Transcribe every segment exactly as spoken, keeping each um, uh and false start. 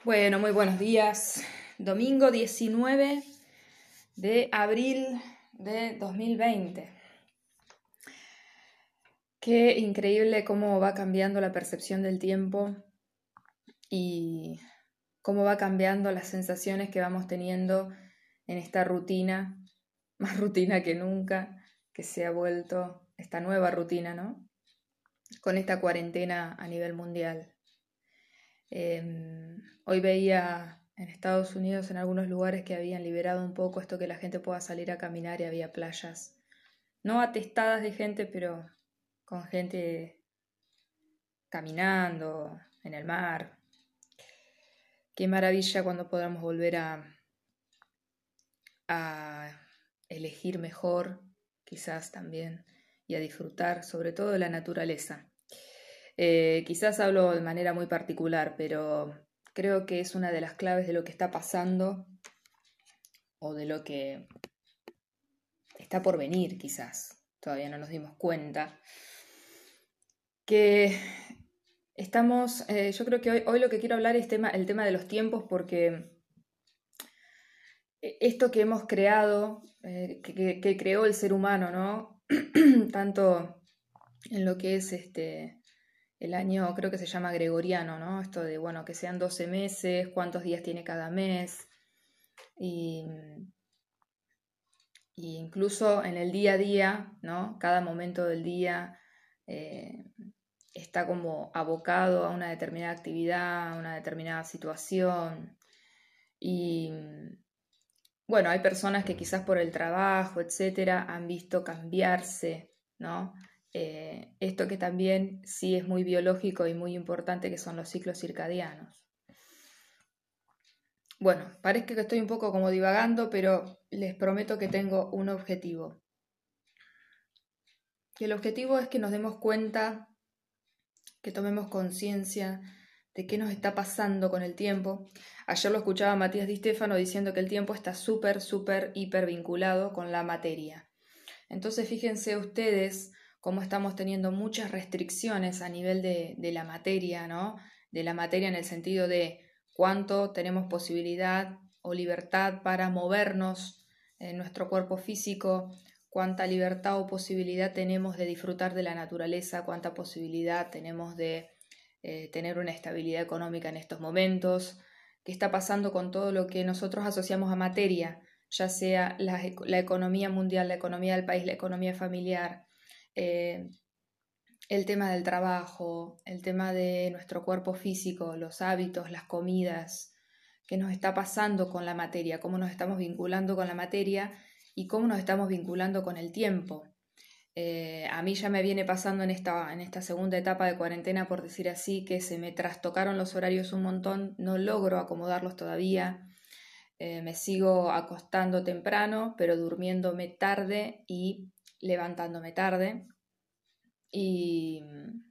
Bueno, muy buenos días. Domingo diecinueve de abril de dos mil veinte. Qué increíble cómo va cambiando la percepción del tiempo y cómo va cambiando las sensaciones que vamos teniendo en esta rutina, más rutina que nunca, que se ha vuelto esta nueva rutina, ¿no? Con esta cuarentena a nivel mundial. Eh, hoy veía en Estados Unidos en algunos lugares que habían liberado un poco esto que la gente pueda salir a caminar y había playas no atestadas de gente, pero con gente caminando en el mar. Qué maravilla cuando podamos volver a, a elegir mejor, quizás también, y a disfrutar sobre todo de la naturaleza. Eh, quizás hablo de manera muy particular, pero creo que es una de las claves de lo que está pasando o de lo que está por venir, quizás. Todavía no nos dimos cuenta. Que estamos, eh, yo creo que hoy, hoy lo que quiero hablar es tema, el tema de los tiempos, porque esto que hemos creado, eh, que, que, que creó el ser humano, ¿no? Tanto en lo que es este... el año creo que se llama gregoriano, ¿no? Esto de, bueno, que sean doce meses, cuántos días tiene cada mes. Y, y incluso en el día a día, ¿no? Cada momento del día eh, está como abocado a una determinada actividad, a una determinada situación. Y bueno, hay personas que quizás por el trabajo, etcétera, han visto cambiarse, ¿no? Eh, esto que también sí es muy biológico y muy importante, que son los ciclos circadianos. Bueno, parece que estoy un poco como divagando, pero les prometo que tengo un objetivo. Y el objetivo es que nos demos cuenta, que tomemos conciencia de qué nos está pasando con el tiempo. Ayer lo escuchaba Matías Di Stefano diciendo que el tiempo está súper, súper, hiper vinculado con la materia. Entonces fíjense ustedes cómo estamos teniendo muchas restricciones a nivel de, de la materia, ¿no? De la materia en el sentido de cuánto tenemos posibilidad o libertad para movernos en nuestro cuerpo físico, cuánta libertad o posibilidad tenemos de disfrutar de la naturaleza, cuánta posibilidad tenemos de eh, tener una estabilidad económica en estos momentos, qué está pasando con todo lo que nosotros asociamos a materia, ya sea la, la economía mundial, la economía del país, la economía familiar, eh, el tema del trabajo, el tema de nuestro cuerpo físico, los hábitos, las comidas, qué nos está pasando con la materia, cómo nos estamos vinculando con la materia y cómo nos estamos vinculando con el tiempo. Eh, a mí ya me viene pasando en esta, en esta segunda etapa de cuarentena, por decir así, que se me trastocaron los horarios un montón, no logro acomodarlos todavía. Eh, me sigo acostando temprano, pero durmiéndome tarde y levantándome tarde. Y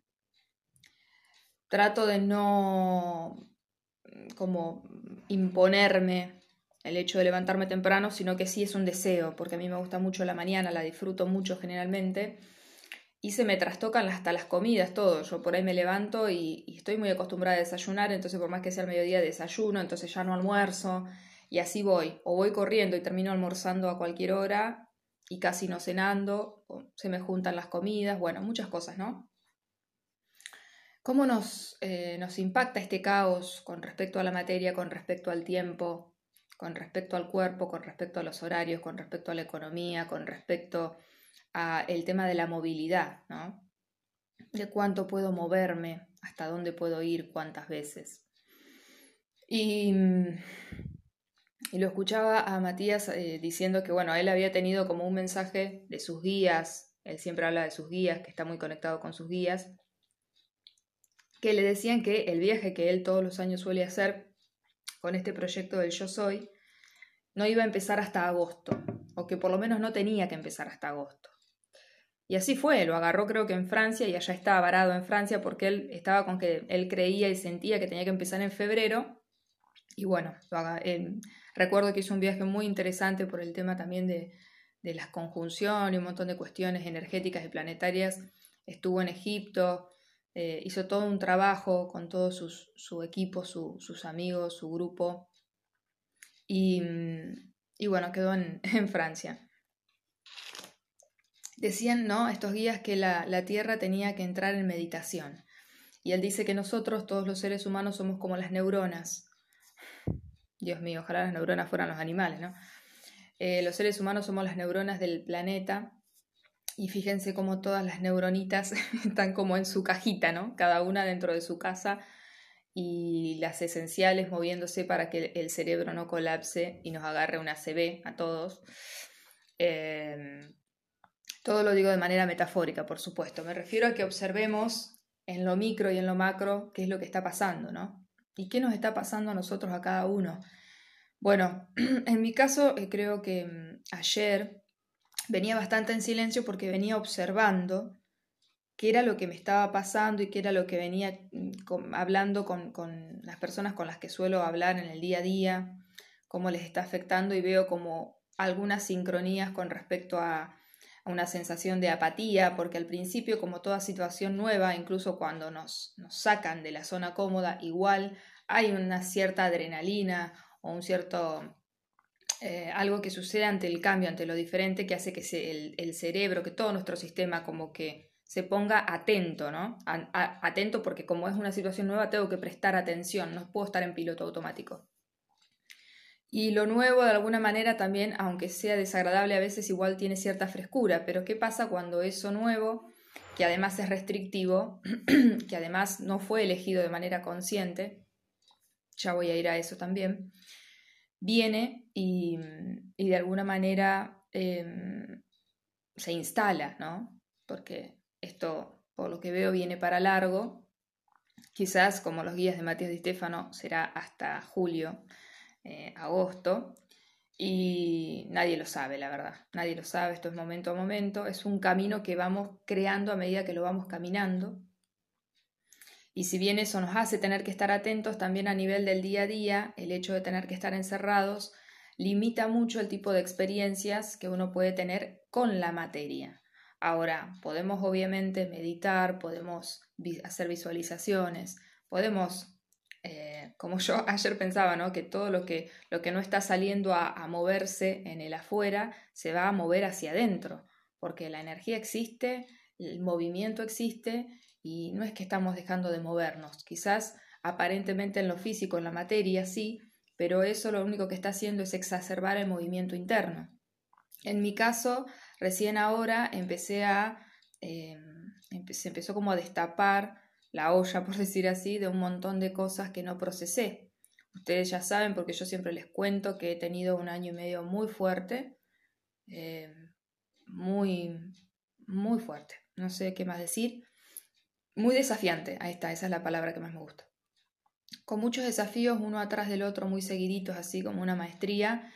trato de no como imponerme el hecho de levantarme temprano, sino que sí es un deseo, porque a mí me gusta mucho la mañana, la disfruto mucho generalmente, y se me trastocan hasta las comidas, todo. Yo por ahí me levanto y, y estoy muy acostumbrada a desayunar, entonces por más que sea el mediodía desayuno, entonces ya no almuerzo, y así voy, o voy corriendo y termino almorzando a cualquier hora y casi no cenando, o se me juntan las comidas, bueno, muchas cosas, ¿no? ¿Cómo nos, eh, nos impacta este caos con respecto a la materia, con respecto al tiempo, con respecto al cuerpo, con respecto a los horarios, con respecto a la economía, con respecto al tema de la movilidad, ¿no? De cuánto puedo moverme, hasta dónde puedo ir, cuántas veces. Y, y lo escuchaba a Matías eh, diciendo que, bueno, él había tenido como un mensaje de sus guías, él siempre habla de sus guías, que está muy conectado con sus guías, que le decían que el viaje que él todos los años suele hacer con este proyecto del Yo Soy no iba a empezar hasta agosto, o que por lo menos no tenía que empezar hasta agosto. Y así fue, lo agarró creo que en Francia y allá estaba varado en Francia porque él estaba con que él creía y sentía que tenía que empezar en febrero. Y bueno, lo haga, él, recuerdo que hizo un viaje muy interesante por el tema también de, de las conjunciones y un montón de cuestiones energéticas y planetarias. Estuvo en Egipto, eh, hizo todo un trabajo con todo sus, su equipo, su, sus amigos, su grupo, y, y bueno, quedó en, en Francia. Decían, ¿no?, estos guías que la, la Tierra tenía que entrar en meditación. Y él dice que nosotros, todos los seres humanos, somos como las neuronas. Dios mío, ojalá las neuronas fueran los animales, ¿no? Eh, los seres humanos somos las neuronas del planeta. Y fíjense cómo todas las neuronitas están como en su cajita, ¿no? Cada una dentro de su casa, y las esenciales moviéndose para que el cerebro no colapse y nos agarre una A C V a todos. Eh, todo lo digo de manera metafórica, por supuesto. Me refiero a que observemos en lo micro y en lo macro qué es lo que está pasando, ¿no? ¿Y qué nos está pasando a nosotros, a cada uno? Bueno, en mi caso eh, creo que mm, ayer venía bastante en silencio porque venía observando qué era lo que me estaba pasando y qué era lo que venía mm, con, hablando con, con las personas con las que suelo hablar en el día a día, cómo les está afectando, y veo como algunas sincronías con respecto a, a una sensación de apatía, porque al principio, como toda situación nueva, incluso cuando nos, nos sacan de la zona cómoda, igual hay una cierta adrenalina o un cierto... Eh, algo que sucede ante el cambio, ante lo diferente, que hace que se, el, el cerebro, que todo nuestro sistema como que se ponga atento, ¿no? A, a, atento porque como es una situación nueva tengo que prestar atención, no puedo estar en piloto automático. Y lo nuevo, de alguna manera, también, aunque sea desagradable a veces, igual tiene cierta frescura. Pero ¿qué pasa cuando eso nuevo, que además es restrictivo, que además no fue elegido de manera consciente, ya voy a ir a eso también, viene y, y de alguna manera eh, se instala, ¿no? Porque esto, por lo que veo, viene para largo. Quizás, como los guías de Matías Di Stefano, será hasta julio, eh, agosto, y nadie lo sabe, la verdad. Nadie lo sabe, esto es momento a momento. Es un camino que vamos creando a medida que lo vamos caminando. Y si bien eso nos hace tener que estar atentos, también a nivel del día a día, el hecho de tener que estar encerrados limita mucho el tipo de experiencias que uno puede tener con la materia. Ahora, podemos obviamente meditar, podemos hacer visualizaciones, podemos, eh, como yo ayer pensaba, ¿no?, que todo lo que, lo que no está saliendo a, a moverse en el afuera se va a mover hacia adentro, porque la energía existe, el movimiento existe, y no es que estamos dejando de movernos. Quizás aparentemente en lo físico, en la materia, sí, pero eso lo único que está haciendo es exacerbar el movimiento interno. En mi caso, recién ahora empecé a, eh, se empezó como a destapar la olla, por decir así, de un montón de cosas que no procesé. Ustedes ya saben, porque yo siempre les cuento, que he tenido un año y medio muy fuerte, eh, muy, muy fuerte, no sé qué más decir, muy desafiante. Ahí está, esa es la palabra que más me gusta. Con muchos desafíos uno atrás del otro, muy seguiditos, así como una maestría,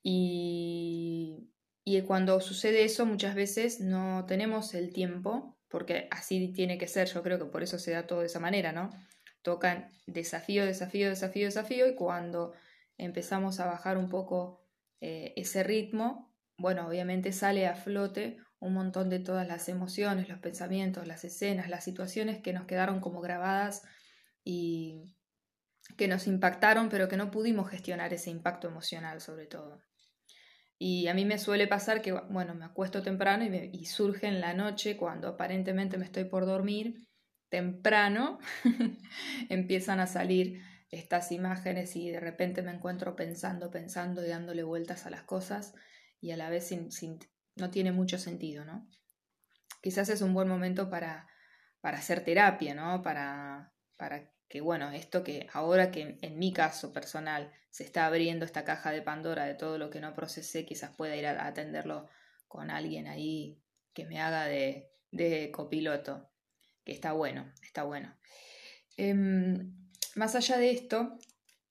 y, y cuando sucede eso muchas veces no tenemos el tiempo, porque así tiene que ser, yo creo que por eso se da todo de esa manera, ¿no? Tocan desafío, desafío, desafío, desafío, y cuando empezamos a bajar un poco eh, ese ritmo, bueno, obviamente sale a flote un montón de todas las emociones, los pensamientos, las escenas, las situaciones que nos quedaron como grabadas y que nos impactaron, pero que no pudimos gestionar ese impacto emocional sobre todo. Y a mí me suele pasar que, bueno, me acuesto temprano y, me, y surge en la noche, cuando aparentemente me estoy por dormir, temprano, empiezan a salir estas imágenes y de repente me encuentro pensando, pensando y dándole vueltas a las cosas, y a la vez sin, sin, no tiene mucho sentido, ¿no? Quizás es un buen momento para, para hacer terapia, ¿no? Para, para que, bueno, esto que ahora que en, en mi caso personal se está abriendo esta caja de Pandora de todo lo que no procesé, quizás pueda ir a, a atenderlo con alguien ahí que me haga de, de copiloto, que está bueno, está bueno. Eh, más allá de esto,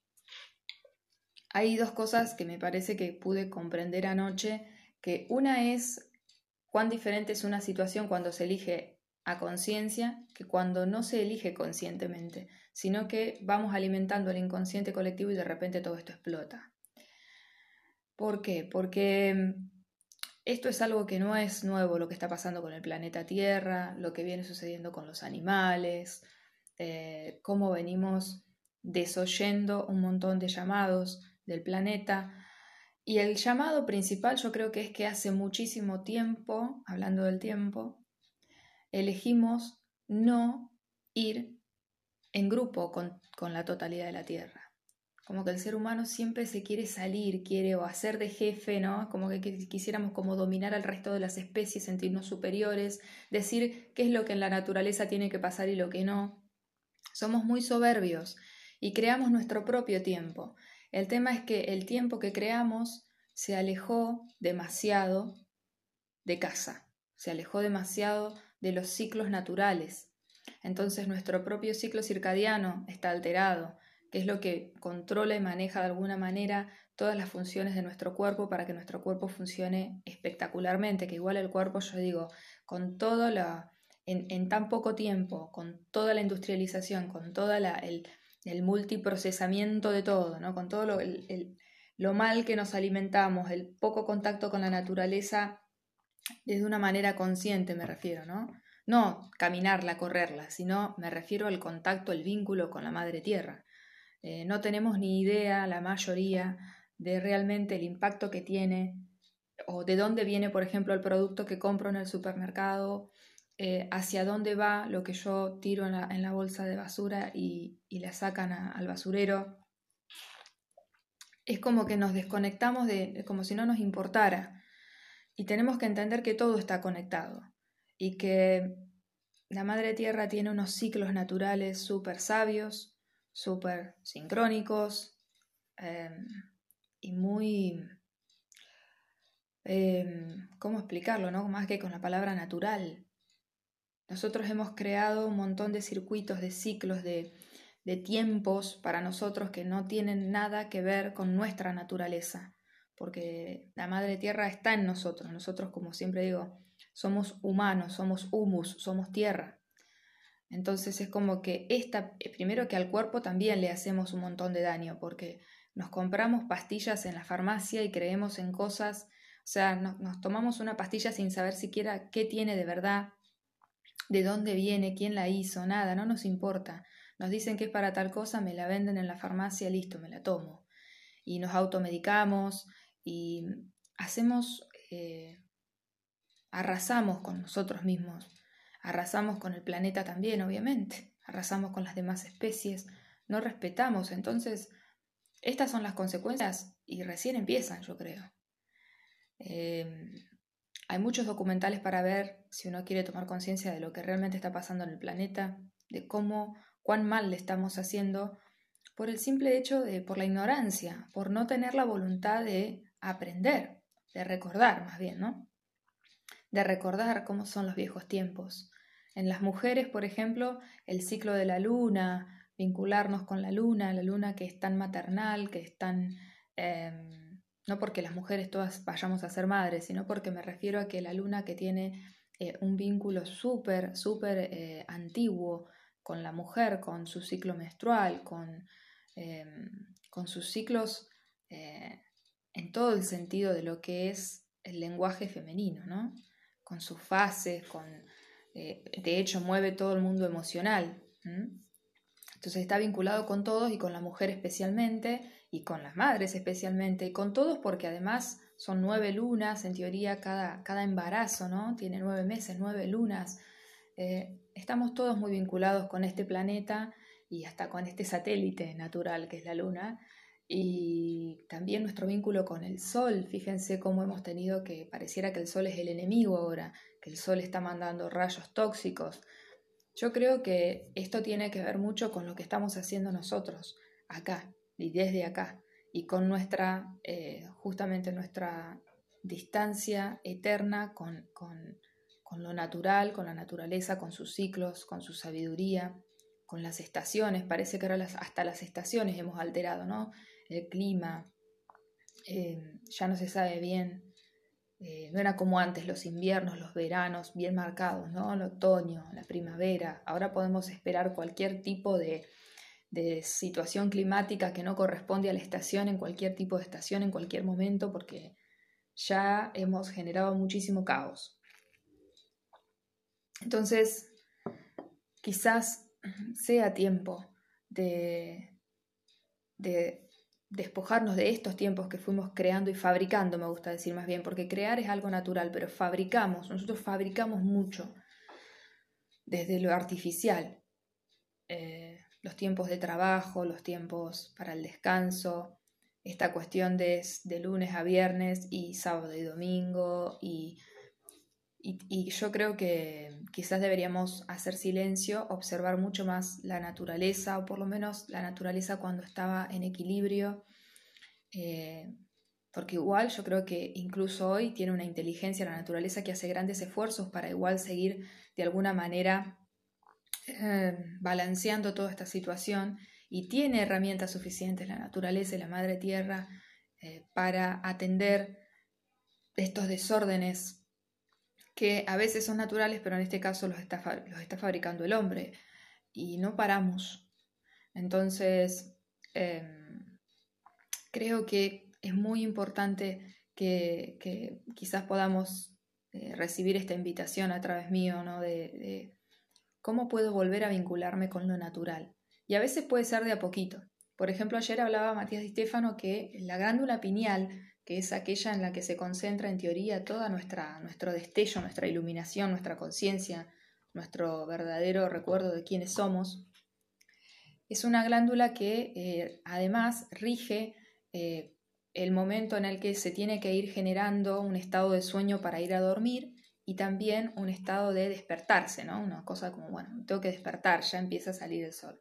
hay dos cosas que me parece que pude comprender anoche, que una es cuán diferente es una situación cuando se elige a conciencia que cuando no se elige conscientemente, sino que vamos alimentando el inconsciente colectivo y de repente todo esto explota. ¿Por qué? Porque esto es algo que no es nuevo, lo que está pasando con el planeta Tierra, lo que viene sucediendo con los animales, eh, cómo venimos desoyendo un montón de llamados del planeta. Y el llamado principal yo creo que es que hace muchísimo tiempo, hablando del tiempo, elegimos no ir en grupo con, con la totalidad de la Tierra. Como que el ser humano siempre se quiere salir, quiere o hacer de jefe, ¿no? Como que quisiéramos como dominar al resto de las especies, sentirnos superiores, decir qué es lo que en la naturaleza tiene que pasar y lo que no. Somos muy soberbios y creamos nuestro propio tiempo. El tema es que el tiempo que creamos se alejó demasiado de casa, se alejó demasiado de los ciclos naturales. Entonces nuestro propio ciclo circadiano está alterado, que es lo que controla y maneja de alguna manera todas las funciones de nuestro cuerpo para que nuestro cuerpo funcione espectacularmente, que igual el cuerpo, yo digo, con todo la, en, en tan poco tiempo, con toda la industrialización, con todo el, el multiprocesamiento de todo, ¿no? Con todo lo, el, el, lo mal que nos alimentamos, el poco contacto con la naturaleza desde una manera consciente me refiero, ¿no? No caminarla, correrla, sino me refiero al contacto, el vínculo con la madre tierra. Eh, no tenemos ni idea, la mayoría, de realmente el impacto que tiene o de dónde viene, por ejemplo, el producto que compro en el supermercado, eh, hacia dónde va lo que yo tiro en la, en la bolsa de basura y, y la sacan a, al basurero. Es como que nos desconectamos de, de como si no nos importara. Y tenemos que entender que todo está conectado y que la Madre Tierra tiene unos ciclos naturales súper sabios, súper sincrónicos eh, y muy... Eh, ¿cómo explicarlo, no? Más que con la palabra natural. Nosotros hemos creado un montón de circuitos, de ciclos, de, de tiempos para nosotros que no tienen nada que ver con nuestra naturaleza. Porque la Madre Tierra está en nosotros. Nosotros, como siempre digo, somos humanos, somos humus, somos tierra. Entonces es como que esta, primero que al cuerpo también le hacemos un montón de daño, porque nos compramos pastillas en la farmacia y creemos en cosas, o sea, nos, nos tomamos una pastilla sin saber siquiera qué tiene de verdad, de dónde viene, quién la hizo, nada, no nos importa. Nos dicen que es para tal cosa, me la venden en la farmacia, listo, me la tomo. Y nos automedicamos y hacemos, eh, arrasamos con nosotros mismos, arrasamos con el planeta también, obviamente, arrasamos con las demás especies, no respetamos. Entonces, estas son las consecuencias y recién empiezan, yo creo. Eh, hay muchos documentales para ver si uno quiere tomar conciencia de lo que realmente está pasando en el planeta, de cómo, cuán mal le estamos haciendo por el simple hecho de, por la ignorancia, por no tener la voluntad de aprender, de recordar más bien, ¿no? De recordar cómo son los viejos tiempos. En las mujeres, por ejemplo, el ciclo de la luna, vincularnos con la luna, la luna que es tan maternal, que es tan... Eh, no porque las mujeres todas vayamos a ser madres, sino porque me refiero a que la luna que tiene eh, un vínculo súper, súper eh, antiguo con la mujer, con su ciclo menstrual, con, eh, con sus ciclos eh, en todo el sentido de lo que es el lenguaje femenino, ¿no? Con sus fases, con, eh, de hecho mueve todo el mundo emocional. ¿m? Entonces está vinculado con todos y con la mujer especialmente y con las madres especialmente y con todos porque además son nueve lunas, en teoría cada, cada embarazo, ¿no? Tiene nueve meses, nueve lunas. Eh, estamos todos muy vinculados con este planeta y hasta con este satélite natural que es la luna. Y también nuestro vínculo con el sol, fíjense cómo hemos tenido que pareciera que el sol es el enemigo ahora, que el sol está mandando rayos tóxicos. Yo creo que esto tiene que ver mucho con lo que estamos haciendo nosotros, acá y desde acá, y con nuestra, eh, justamente nuestra distancia eterna con, con, con lo natural, con la naturaleza, con sus ciclos, con su sabiduría, con las estaciones. Parece que ahora las, hasta las estaciones hemos alterado, ¿no? El clima, eh, ya no se sabe bien, eh, no era como antes, los inviernos, los veranos bien marcados, ¿no? El otoño, la primavera. Ahora podemos esperar cualquier tipo de, de situación climática que no corresponde a la estación, en cualquier tipo de estación, en cualquier momento, porque ya hemos generado muchísimo caos. Entonces, quizás sea tiempo de, de despojarnos de estos tiempos que fuimos creando y fabricando, me gusta decir más bien, porque crear es algo natural, pero fabricamos, nosotros fabricamos mucho desde lo artificial, eh, los tiempos de trabajo, los tiempos para el descanso, esta cuestión de, de lunes a viernes y sábado y domingo, y, y, y yo creo que quizás deberíamos hacer silencio, observar mucho más la naturaleza, o por lo menos la naturaleza cuando estaba en equilibrio, eh, porque igual yo creo que incluso hoy tiene una inteligencia la naturaleza que hace grandes esfuerzos para igual seguir de alguna manera eh, balanceando toda esta situación, y tiene herramientas suficientes la naturaleza y la madre tierra eh, para atender estos desórdenes que a veces son naturales, pero en este caso los está, los está fabricando el hombre, y no paramos. Entonces eh, creo que es muy importante que, que quizás podamos eh, recibir esta invitación a través mío, ¿no? de, de cómo puedo volver a vincularme con lo natural. Y a veces puede ser de a poquito. Por ejemplo, ayer hablaba Matías Di Stefano que la glándula pineal, que es aquella en la que se concentra en teoría toda nuestra, nuestro destello, nuestra iluminación, nuestra conciencia, nuestro verdadero recuerdo de quiénes somos, es una glándula que eh, además rige eh, el momento en el que se tiene que ir generando un estado de sueño para ir a dormir, y también un estado de despertarse, ¿no? Una cosa como, bueno, tengo que despertar, ya empieza a salir el sol.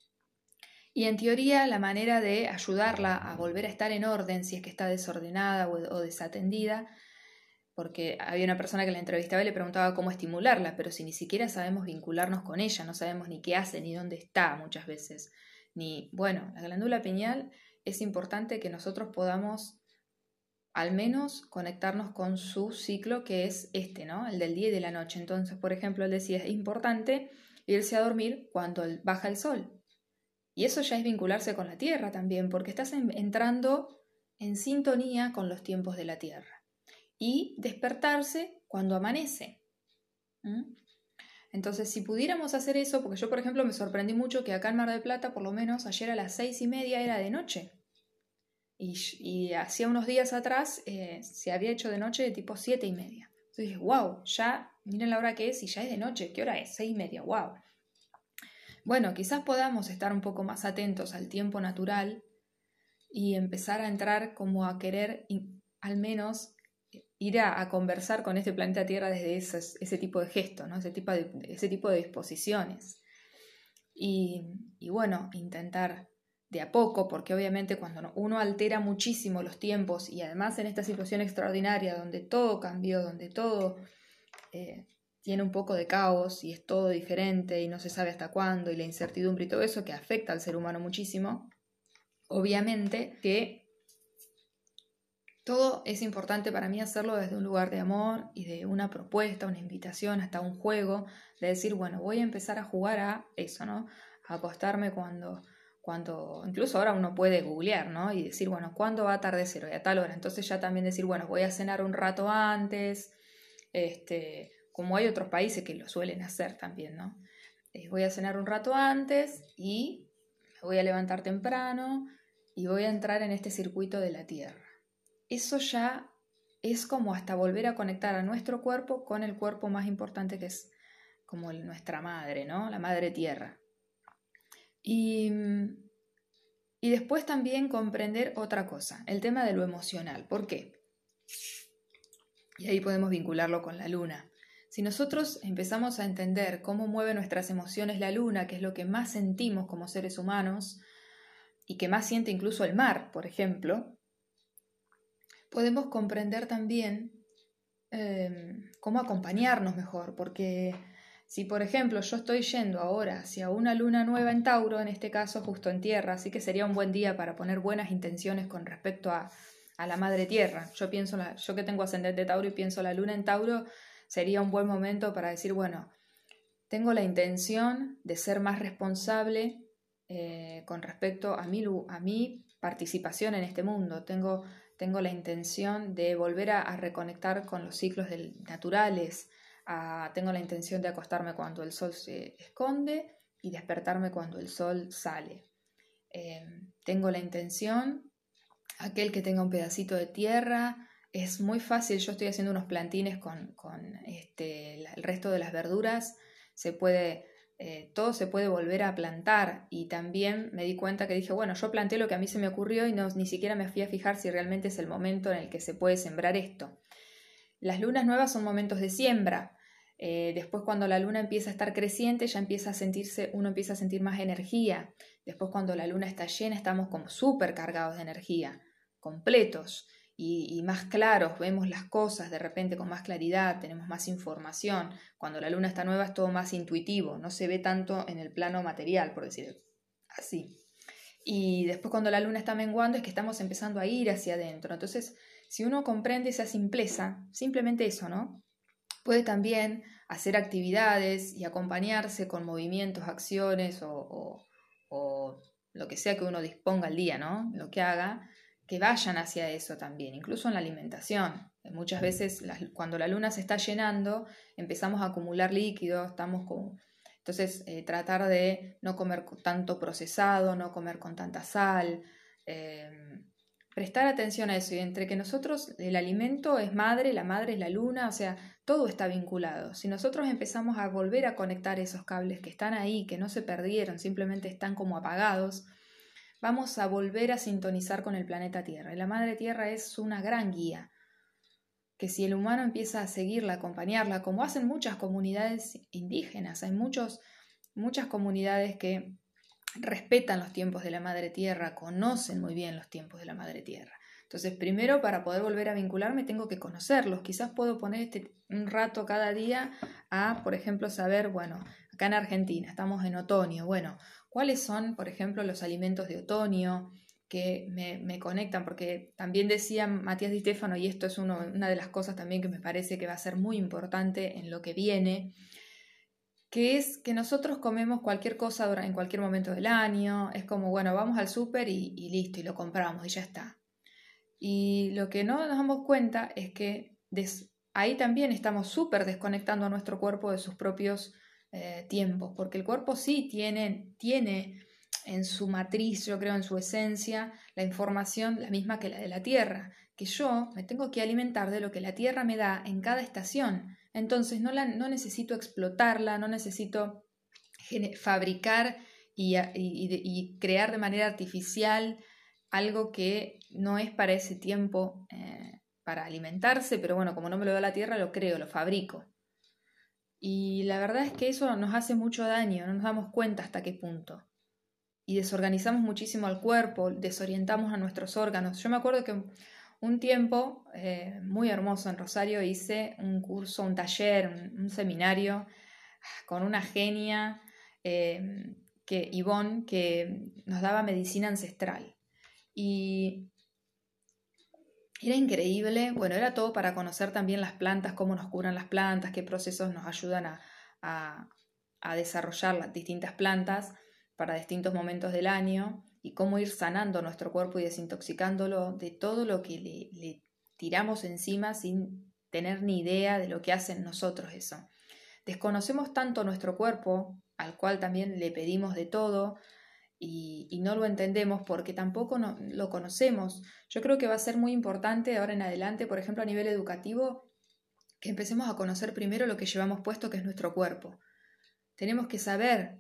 Y en teoría la manera de ayudarla a volver a estar en orden, si es que está desordenada o, o desatendida, porque había una persona que la entrevistaba y le preguntaba cómo estimularla, pero si ni siquiera sabemos vincularnos con ella, no sabemos ni qué hace, ni dónde está muchas veces. Ni, bueno, la glándula pineal es importante que nosotros podamos al menos conectarnos con su ciclo, que es este, ¿no? El del día y de la noche. Entonces, por ejemplo, él decía, es importante irse a dormir cuando baja el sol. Y eso ya es vincularse con la tierra también, porque estás entrando en sintonía con los tiempos de la tierra. Y despertarse cuando amanece. ¿Mm? Entonces, si pudiéramos hacer eso, porque yo, por ejemplo, me sorprendí mucho que acá en Mar del Plata, por lo menos ayer a las seis y media era de noche. Y, y hacía unos días atrás eh, se había hecho de noche de tipo siete y media. Entonces dije, wow, ya, miren la hora que es y ya es de noche. ¿Qué hora es? Seis y media, wow. Bueno, quizás podamos estar un poco más atentos al tiempo natural y empezar a entrar como a querer y, al menos ir a, a conversar con este planeta Tierra desde ese, ese tipo de gestos, ¿no? ese, tipo de, ese tipo de disposiciones. Y, y bueno, intentar de a poco, porque obviamente cuando uno altera muchísimo los tiempos, y además en esta situación extraordinaria donde todo cambió, donde todo eh, tiene un poco de caos y es todo diferente y no se sabe hasta cuándo, y la incertidumbre y todo eso que afecta al ser humano muchísimo, obviamente que todo es importante para mí hacerlo desde un lugar de amor y de una propuesta, una invitación, hasta un juego, de decir, bueno, voy a empezar a jugar a eso, ¿no? A acostarme cuando, cuando, incluso ahora uno puede googlear, ¿no? Y decir, bueno, ¿cuándo va a atardecer hoy? A tal hora. Entonces ya también decir, bueno, voy a cenar un rato antes, este, como hay otros países que lo suelen hacer también, ¿no? Eh, voy a cenar un rato antes y me voy a levantar temprano y voy a entrar en este circuito de la Tierra. Eso ya es como hasta volver a conectar a nuestro cuerpo con el cuerpo más importante, que es como el, nuestra madre, ¿no? La madre tierra. Y, y después también comprender otra cosa, el tema de lo emocional. ¿Por qué? Y ahí podemos vincularlo con la luna. Si nosotros empezamos a entender cómo mueve nuestras emociones la luna, que es lo que más sentimos como seres humanos, y que más siente incluso el mar, por ejemplo, podemos comprender también eh, cómo acompañarnos mejor, porque si por ejemplo yo estoy yendo ahora hacia una luna nueva en Tauro, en este caso justo en Tierra, así que sería un buen día para poner buenas intenciones con respecto a, a la Madre Tierra. Yo pienso, la, yo que tengo ascendente Tauro y pienso la luna en Tauro, sería un buen momento para decir, bueno, tengo la intención de ser más responsable eh, con respecto a mi, a mi participación en este mundo. Tengo tengo la intención de volver a, a reconectar con los ciclos del, naturales, a, tengo la intención de acostarme cuando el sol se esconde y despertarme cuando el sol sale. Eh, tengo la intención, aquel que tenga un pedacito de tierra, es muy fácil, yo estoy haciendo unos plantines con, con este, el resto de las verduras, se puede, eh, todo se puede volver a plantar, y también me di cuenta que dije, bueno, yo planté lo que a mí se me ocurrió y no, ni siquiera me fui a fijar si realmente es el momento en el que se puede sembrar esto. Las lunas nuevas son momentos de siembra. Eh, después cuando la luna empieza a estar creciente ya empieza a sentirse, uno empieza a sentir más energía. Después cuando la luna está llena estamos como súper cargados de energía, completos y, y más claros, vemos las cosas de repente con más claridad, tenemos más información. Cuando la luna está nueva es todo más intuitivo, no se ve tanto en el plano material, por decir así. Y después cuando la luna está menguando es que estamos empezando a ir hacia adentro. Entonces, si uno comprende esa simpleza, simplemente eso, ¿no? Puede también hacer actividades y acompañarse con movimientos, acciones o, o, o lo que sea que uno disponga al día, ¿no? Lo que haga, que vayan hacia eso también, incluso en la alimentación. Muchas veces la, cuando la luna se está llenando empezamos a acumular líquidos, estamos con... Entonces eh, tratar de no comer tanto procesado, no comer con tanta sal, eh, prestar atención a eso, y entre que nosotros, el alimento es madre, la madre es la luna, o sea, todo está vinculado. Si nosotros empezamos a volver a conectar esos cables que están ahí, que no se perdieron, simplemente están como apagados, vamos a volver a sintonizar con el planeta Tierra. Y la madre Tierra es una gran guía, que si el humano empieza a seguirla, a acompañarla, como hacen muchas comunidades indígenas, hay muchos, muchas comunidades que respetan los tiempos de la Madre Tierra, conocen muy bien los tiempos de la Madre Tierra. Entonces, primero, para poder volver a vincularme, tengo que conocerlos. Quizás puedo poner este, un rato cada día a, por ejemplo, saber, bueno, acá en Argentina estamos en otoño, bueno, ¿cuáles son, por ejemplo, los alimentos de otoño que me, me conectan? Porque también decía Matías Di Stefano, y esto es uno, una de las cosas también que me parece que va a ser muy importante en lo que viene, que es que nosotros comemos cualquier cosa en cualquier momento del año, es como, bueno, vamos al súper y, y listo, y lo compramos y ya está. Y lo que no nos damos cuenta es que des, ahí también estamos súper desconectando a nuestro cuerpo de sus propios eh, tiempos, porque el cuerpo sí tiene, tiene en su matriz, yo creo en su esencia, la información la misma que la de la Tierra, que yo me tengo que alimentar de lo que la Tierra me da en cada estación. Entonces no, la, no necesito explotarla, no necesito fabricar y, y, y crear de manera artificial algo que no es para ese tiempo, eh, para alimentarse, pero bueno, como no me lo da la tierra, lo creo, lo fabrico. Y la verdad es que eso nos hace mucho daño, no nos damos cuenta hasta qué punto. Y desorganizamos muchísimo al cuerpo, desorientamos a nuestros órganos. Yo me acuerdo que un tiempo eh, muy hermoso en Rosario hice un curso, un taller, un, un seminario con una genia, eh, que, Ivonne, que nos daba medicina ancestral. Y era increíble, bueno, era todo para conocer también las plantas, cómo nos curan las plantas, qué procesos nos ayudan a, a, a desarrollar las distintas plantas para distintos momentos del año, y cómo ir sanando nuestro cuerpo y desintoxicándolo de todo lo que le, le tiramos encima sin tener ni idea de lo que hacen nosotros eso. Desconocemos tanto nuestro cuerpo, al cual también le pedimos de todo, y, y no lo entendemos porque tampoco no, lo conocemos. Yo creo que va a ser muy importante ahora en adelante, por ejemplo a nivel educativo, que empecemos a conocer primero lo que llevamos puesto, que es nuestro cuerpo. Tenemos que saber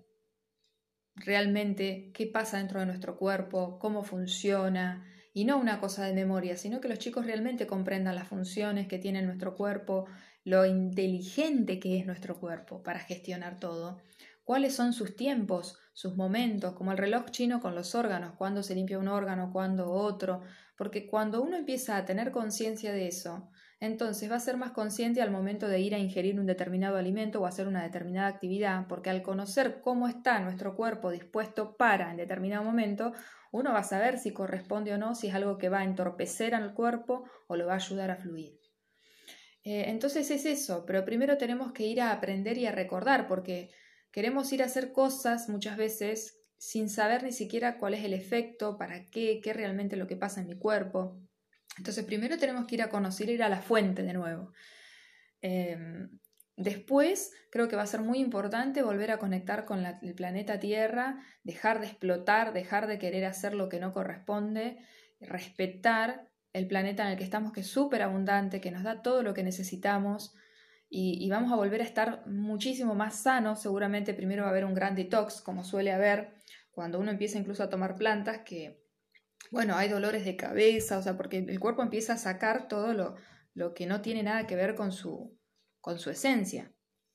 realmente qué pasa dentro de nuestro cuerpo, cómo funciona, y no una cosa de memoria, sino que los chicos realmente comprendan las funciones que tiene nuestro cuerpo, lo inteligente que es nuestro cuerpo para gestionar todo, cuáles son sus tiempos, sus momentos, como el reloj chino con los órganos, cuándo se limpia un órgano, cuándo otro, porque cuando uno empieza a tener conciencia de eso, entonces va a ser más consciente al momento de ir a ingerir un determinado alimento o hacer una determinada actividad, porque al conocer cómo está nuestro cuerpo dispuesto para en determinado momento, uno va a saber si corresponde o no, si es algo que va a entorpecer al cuerpo o lo va a ayudar a fluir. Eh, entonces es eso, pero primero tenemos que ir a aprender y a recordar, porque queremos ir a hacer cosas muchas veces sin saber ni siquiera cuál es el efecto, para qué, qué realmente es lo que pasa en mi cuerpo. Entonces primero tenemos que ir a conocer, ir a la fuente de nuevo. Eh, después creo que va a ser muy importante volver a conectar con la, el planeta Tierra, dejar de explotar, dejar de querer hacer lo que no corresponde, respetar el planeta en el que estamos, que es súper abundante, que nos da todo lo que necesitamos, y, y vamos a volver a estar muchísimo más sanos. Seguramente primero va a haber un gran detox, como suele haber cuando uno empieza incluso a tomar plantas, que, bueno, hay dolores de cabeza, o sea, porque el cuerpo empieza a sacar todo lo, lo que no tiene nada que ver con su, con su esencia.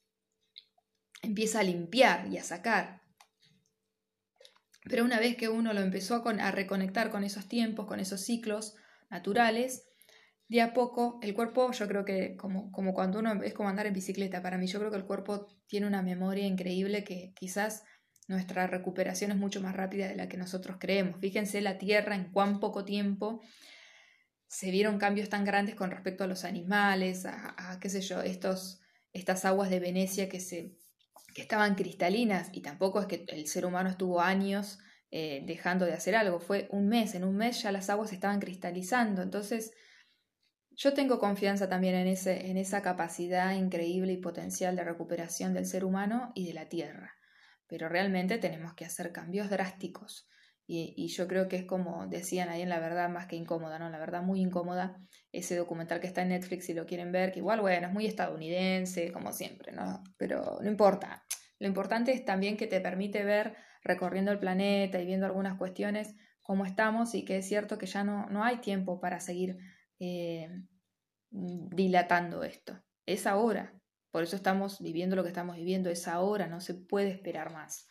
Empieza a limpiar y a sacar. Pero una vez que uno lo empezó a, con, a reconectar con esos tiempos, con esos ciclos naturales, de a poco el cuerpo, yo creo que como, como cuando uno es como andar en bicicleta, para mí yo creo que el cuerpo tiene una memoria increíble, que quizás nuestra recuperación es mucho más rápida de la que nosotros creemos. Fíjense la Tierra, en cuán poco tiempo se vieron cambios tan grandes con respecto a los animales, a, a qué sé yo, estos, estas aguas de Venecia que, se, que estaban cristalinas, y tampoco es que el ser humano estuvo años eh, dejando de hacer algo, fue un mes, en un mes ya las aguas estaban cristalizando. Entonces yo tengo confianza también en, ese, en esa capacidad increíble y potencial de recuperación del ser humano y de la Tierra, pero realmente tenemos que hacer cambios drásticos. Y, y yo creo que es como decían ahí en La Verdad, más que incómoda, ¿no? La Verdad, muy incómoda, ese documental que está en Netflix, si lo quieren ver, que igual, bueno, es muy estadounidense, como siempre, ¿no? Pero no importa. Lo importante es también que te permite ver, recorriendo el planeta y viendo algunas cuestiones, cómo estamos, y que es cierto que ya no, no hay tiempo para seguir eh, dilatando esto. Es ahora. Por eso estamos viviendo lo que estamos viviendo, es ahora, no se puede esperar más.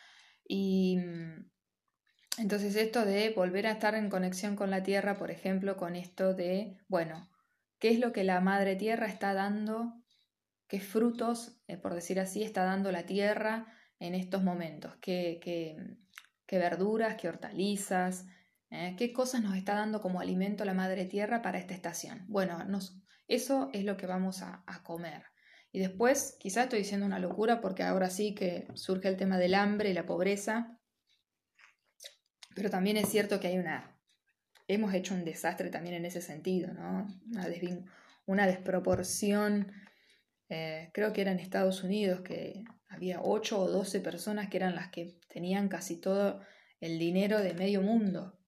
Y entonces esto de volver a estar en conexión con la Tierra, por ejemplo, con esto de, bueno, ¿qué es lo que la Madre Tierra está dando? ¿Qué frutos, eh, por decir así, está dando la Tierra en estos momentos? ¿Qué, qué, qué verduras, qué hortalizas, eh, qué cosas nos está dando como alimento la Madre Tierra para esta estación? Bueno, nos, eso es lo que vamos a, a comer. Y después, quizás estoy diciendo una locura, porque ahora sí que surge el tema del hambre y la pobreza, pero también es cierto que hay una, hemos hecho un desastre también en ese sentido, ¿no? Una, desvin, una desproporción, eh, creo que era en Estados Unidos, que había ocho o doce personas que eran las que tenían casi todo el dinero de medio mundo.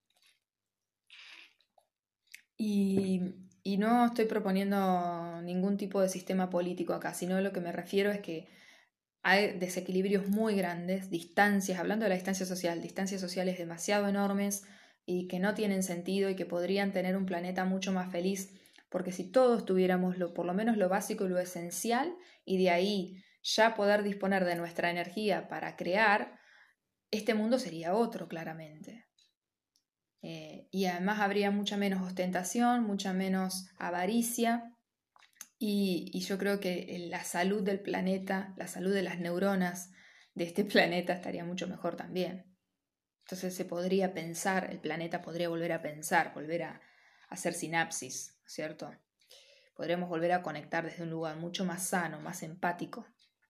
Y, y no estoy proponiendo ningún tipo de sistema político acá, sino lo que me refiero es que hay desequilibrios muy grandes, distancias, hablando de la distancia social, distancias sociales demasiado enormes y que no tienen sentido, y que podrían tener un planeta mucho más feliz, porque si todos tuviéramos lo, por lo menos lo básico y lo esencial, y de ahí ya poder disponer de nuestra energía para crear, este mundo sería otro, claramente. Eh, y además habría mucha menos ostentación, mucha menos avaricia. Y, y yo creo que la salud del planeta, la salud de las neuronas de este planeta estaría mucho mejor también. Entonces se podría pensar, el planeta podría volver a pensar, volver a, a hacer sinapsis, ¿cierto? Podríamos volver a conectar desde un lugar mucho más sano, más empático.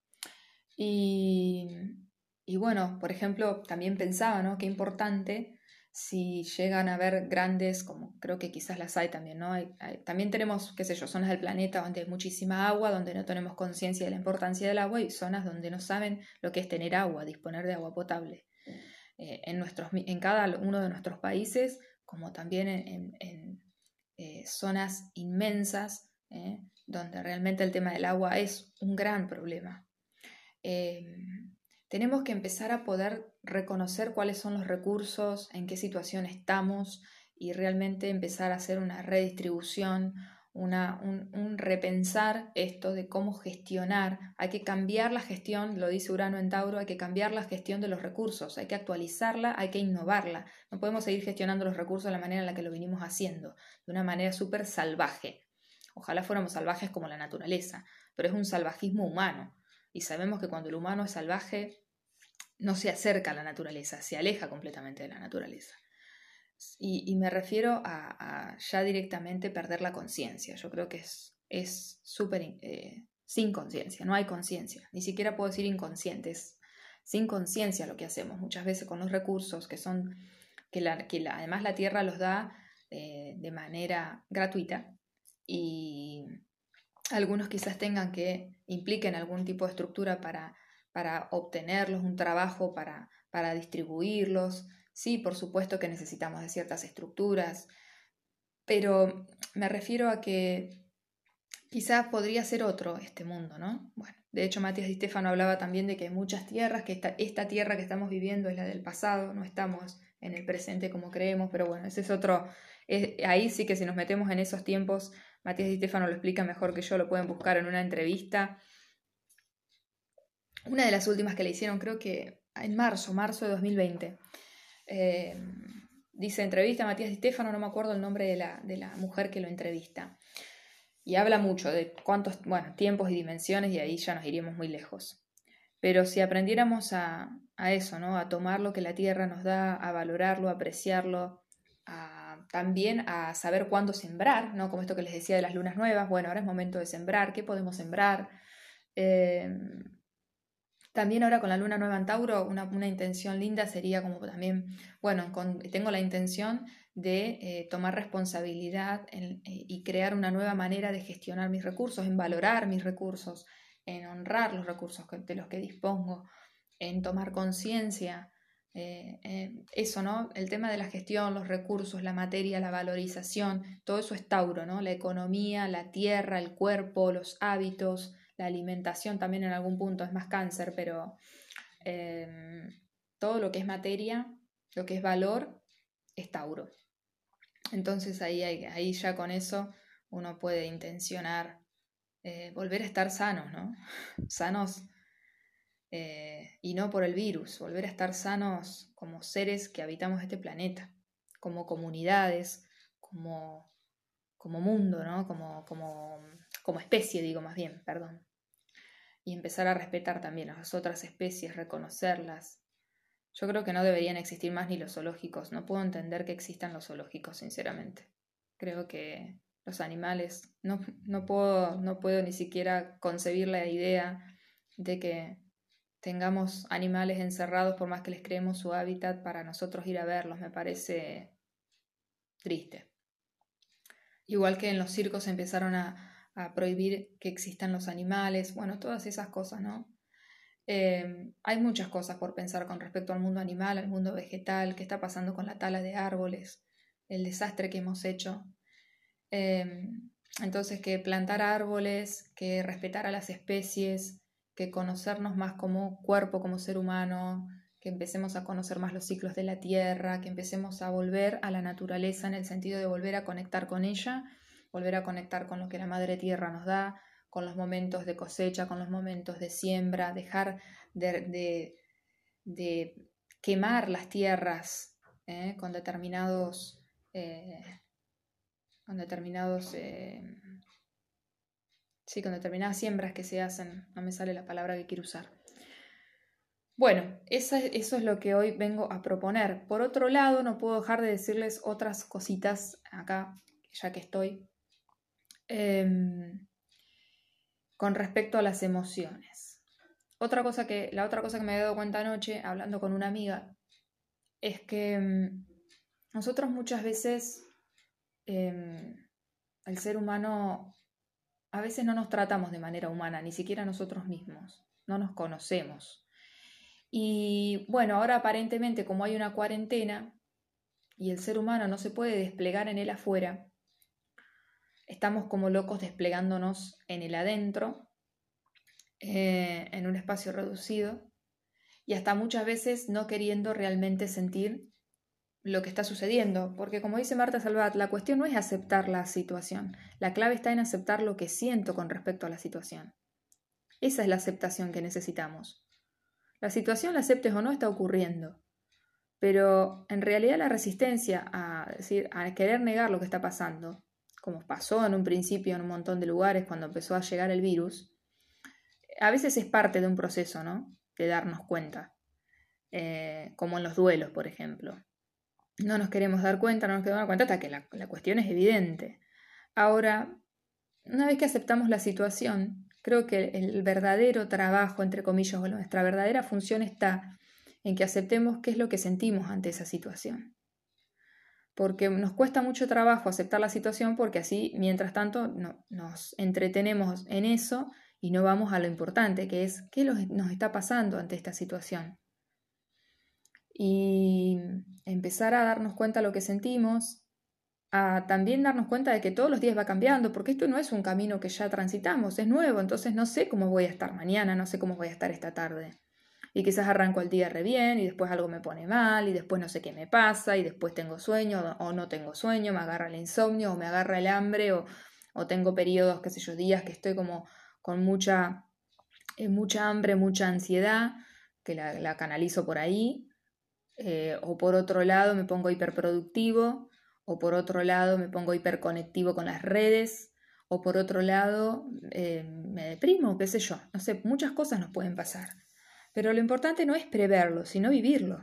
Y, y bueno, por ejemplo, también pensaba, ¿no? Qué importante si llegan a haber grandes, como creo que quizás las hay también, ¿no? Hay, hay, también tenemos, qué sé yo, zonas del planeta donde hay muchísima agua, donde no tenemos conciencia de la importancia del agua, y zonas donde no saben lo que es tener agua, disponer de agua potable. Eh, en, nuestros, en cada uno de nuestros países, como también en, en, en eh, zonas inmensas, eh, donde realmente el tema del agua es un gran problema. Eh, tenemos que empezar a poder reconocer cuáles son los recursos, en qué situación estamos, y realmente empezar a hacer una redistribución, una, un, un repensar esto de cómo gestionar. Hay que cambiar la gestión, lo dice Urano en Tauro, hay que cambiar la gestión de los recursos, hay que actualizarla, hay que innovarla. No podemos seguir gestionando los recursos de la manera en la que lo venimos haciendo, de una manera súper salvaje. Ojalá fuéramos salvajes como la naturaleza, pero es un salvajismo humano. Y sabemos que cuando el humano es salvaje, no se acerca a la naturaleza, se aleja completamente de la naturaleza. Y, y me refiero a, a ya directamente perder la conciencia. Yo creo que es súper eh, sin conciencia, no hay conciencia. Ni siquiera puedo decir inconscientes, sin conciencia lo que hacemos muchas veces con los recursos que son, que, la, que la, además la tierra los da eh, de manera gratuita y algunos quizás tengan que impliquen algún tipo de estructura para, para obtenerlos, un trabajo para, para distribuirlos. Sí, por supuesto que necesitamos de ciertas estructuras, pero me refiero a que quizás podría ser otro este mundo, ¿no? Bueno, de hecho Matías Di Stefano hablaba también de que hay muchas tierras, que esta, esta tierra que estamos viviendo es la del pasado, no estamos en el presente como creemos, pero bueno, ese es otro, es, ahí sí que si nos metemos en esos tiempos, Matías Di Stefano lo explica mejor que yo, lo pueden buscar en una entrevista. Una de las últimas que le hicieron, creo que en marzo, marzo de dos mil veinte. Eh, dice, entrevista a Matías Di Stefano, no me acuerdo el nombre de la, de la mujer que lo entrevista. Y habla mucho de cuántos, bueno, tiempos y dimensiones, y ahí ya nos iríamos muy lejos. Pero si aprendiéramos a, a eso, ¿no? A tomar lo que la tierra nos da, a valorarlo, a apreciarlo, a, también a saber cuándo sembrar, ¿no? Como esto que les decía de las lunas nuevas, bueno, ahora es momento de sembrar, ¿qué podemos sembrar? Eh, también ahora con la luna nueva en Tauro, una, una intención linda sería como también, bueno, con, tengo la intención de eh, tomar responsabilidad en, eh, y crear una nueva manera de gestionar mis recursos, en valorar mis recursos, en honrar los recursos que, de los que dispongo, en tomar conciencia, eh, eh, eso, ¿no? El tema de la gestión, los recursos, la materia, la valorización, todo eso es Tauro, ¿no? La economía, la tierra, el cuerpo, los hábitos, la alimentación también en algún punto es más Cáncer, pero eh, todo lo que es materia, lo que es valor, es Tauro. Entonces ahí, ahí ya con eso uno puede intencionar eh, volver a estar sanos, ¿no? Sanos eh, y no por el virus, volver a estar sanos como seres que habitamos este planeta, como comunidades, como, como mundo, ¿no? Como, como, como especie, digo más bien, perdón. Y empezar a respetar también a las otras especies, reconocerlas. Yo creo que no deberían existir más ni los zoológicos. No puedo entender que existan los zoológicos, sinceramente. Creo que los animales, no, no, puedo, no puedo ni siquiera concebir la idea de que tengamos animales encerrados por más que les creemos su hábitat para nosotros ir a verlos. Me parece triste. Igual que en los circos empezaron a, a prohibir que existan los animales, bueno, todas esas cosas, ¿no? Eh, hay muchas cosas por pensar con respecto al mundo animal, al mundo vegetal, qué está pasando con la tala de árboles, el desastre que hemos hecho. Eh, entonces, que plantar árboles, que respetar a las especies, que conocernos más como cuerpo, como ser humano, que empecemos a conocer más los ciclos de la tierra, que empecemos a volver a la naturaleza en el sentido de volver a conectar con ella, volver a conectar con lo que la madre tierra nos da, con los momentos de cosecha, con los momentos de siembra, dejar de, de, de quemar las tierras ¿eh? con determinados eh, con determinados eh, sí, con determinadas siembras que se hacen, no me sale la palabra que quiero usar. Bueno, esa, eso es lo que hoy vengo a proponer. Por otro lado, no puedo dejar de decirles otras cositas acá, ya que estoy, eh, con respecto a las emociones. Otra cosa que, la otra cosa que me he dado cuenta anoche, hablando con una amiga, es que eh, nosotros muchas veces, eh, el ser humano, a veces no nos tratamos de manera humana, ni siquiera nosotros mismos, no nos conocemos. Y bueno, ahora aparentemente como hay una cuarentena y el ser humano no se puede desplegar en el afuera, estamos como locos desplegándonos en el adentro, eh, en un espacio reducido y hasta muchas veces no queriendo realmente sentir lo que está sucediendo, porque como dice Marta Salvat, la cuestión no es aceptar la situación, la clave está en aceptar lo que siento con respecto a la situación. Esa es la aceptación que necesitamos. La situación, la aceptes o no, está ocurriendo. Pero en realidad la resistencia a, decir, a querer negar lo que está pasando, como pasó en un principio en un montón de lugares cuando empezó a llegar el virus, a veces es parte de un proceso, ¿no? De darnos cuenta. Eh, como en los duelos, por ejemplo. No nos queremos dar cuenta, no nos queremos dar cuenta hasta que la, la cuestión es evidente. Ahora, una vez que aceptamos la situación, creo que el verdadero trabajo, entre comillas, o nuestra verdadera función está en que aceptemos qué es lo que sentimos ante esa situación. porque nos cuesta mucho trabajo aceptar la situación porque así, mientras tanto, no, nos entretenemos en eso y no vamos a lo importante, que es qué nos está pasando ante esta situación. Y empezar a darnos cuenta de lo que sentimos, a también darnos cuenta de que todos los días va cambiando, porque esto no es un camino que ya transitamos, es nuevo, entonces no sé cómo voy a estar mañana, no sé cómo voy a estar esta tarde. Y quizás arranco el día re bien y después algo me pone mal y después no sé qué me pasa y después tengo sueño o no tengo sueño, me agarra el insomnio o me agarra el hambre o, o tengo periodos, qué sé yo, días que estoy como con mucha, eh, mucha hambre, mucha ansiedad, que la, la canalizo por ahí, eh, o por otro lado me pongo hiperproductivo, o por otro lado me pongo hiperconectivo con las redes, o por otro lado eh, me deprimo, qué sé yo, no sé, muchas cosas nos pueden pasar. Pero lo importante no es preverlo, sino vivirlo.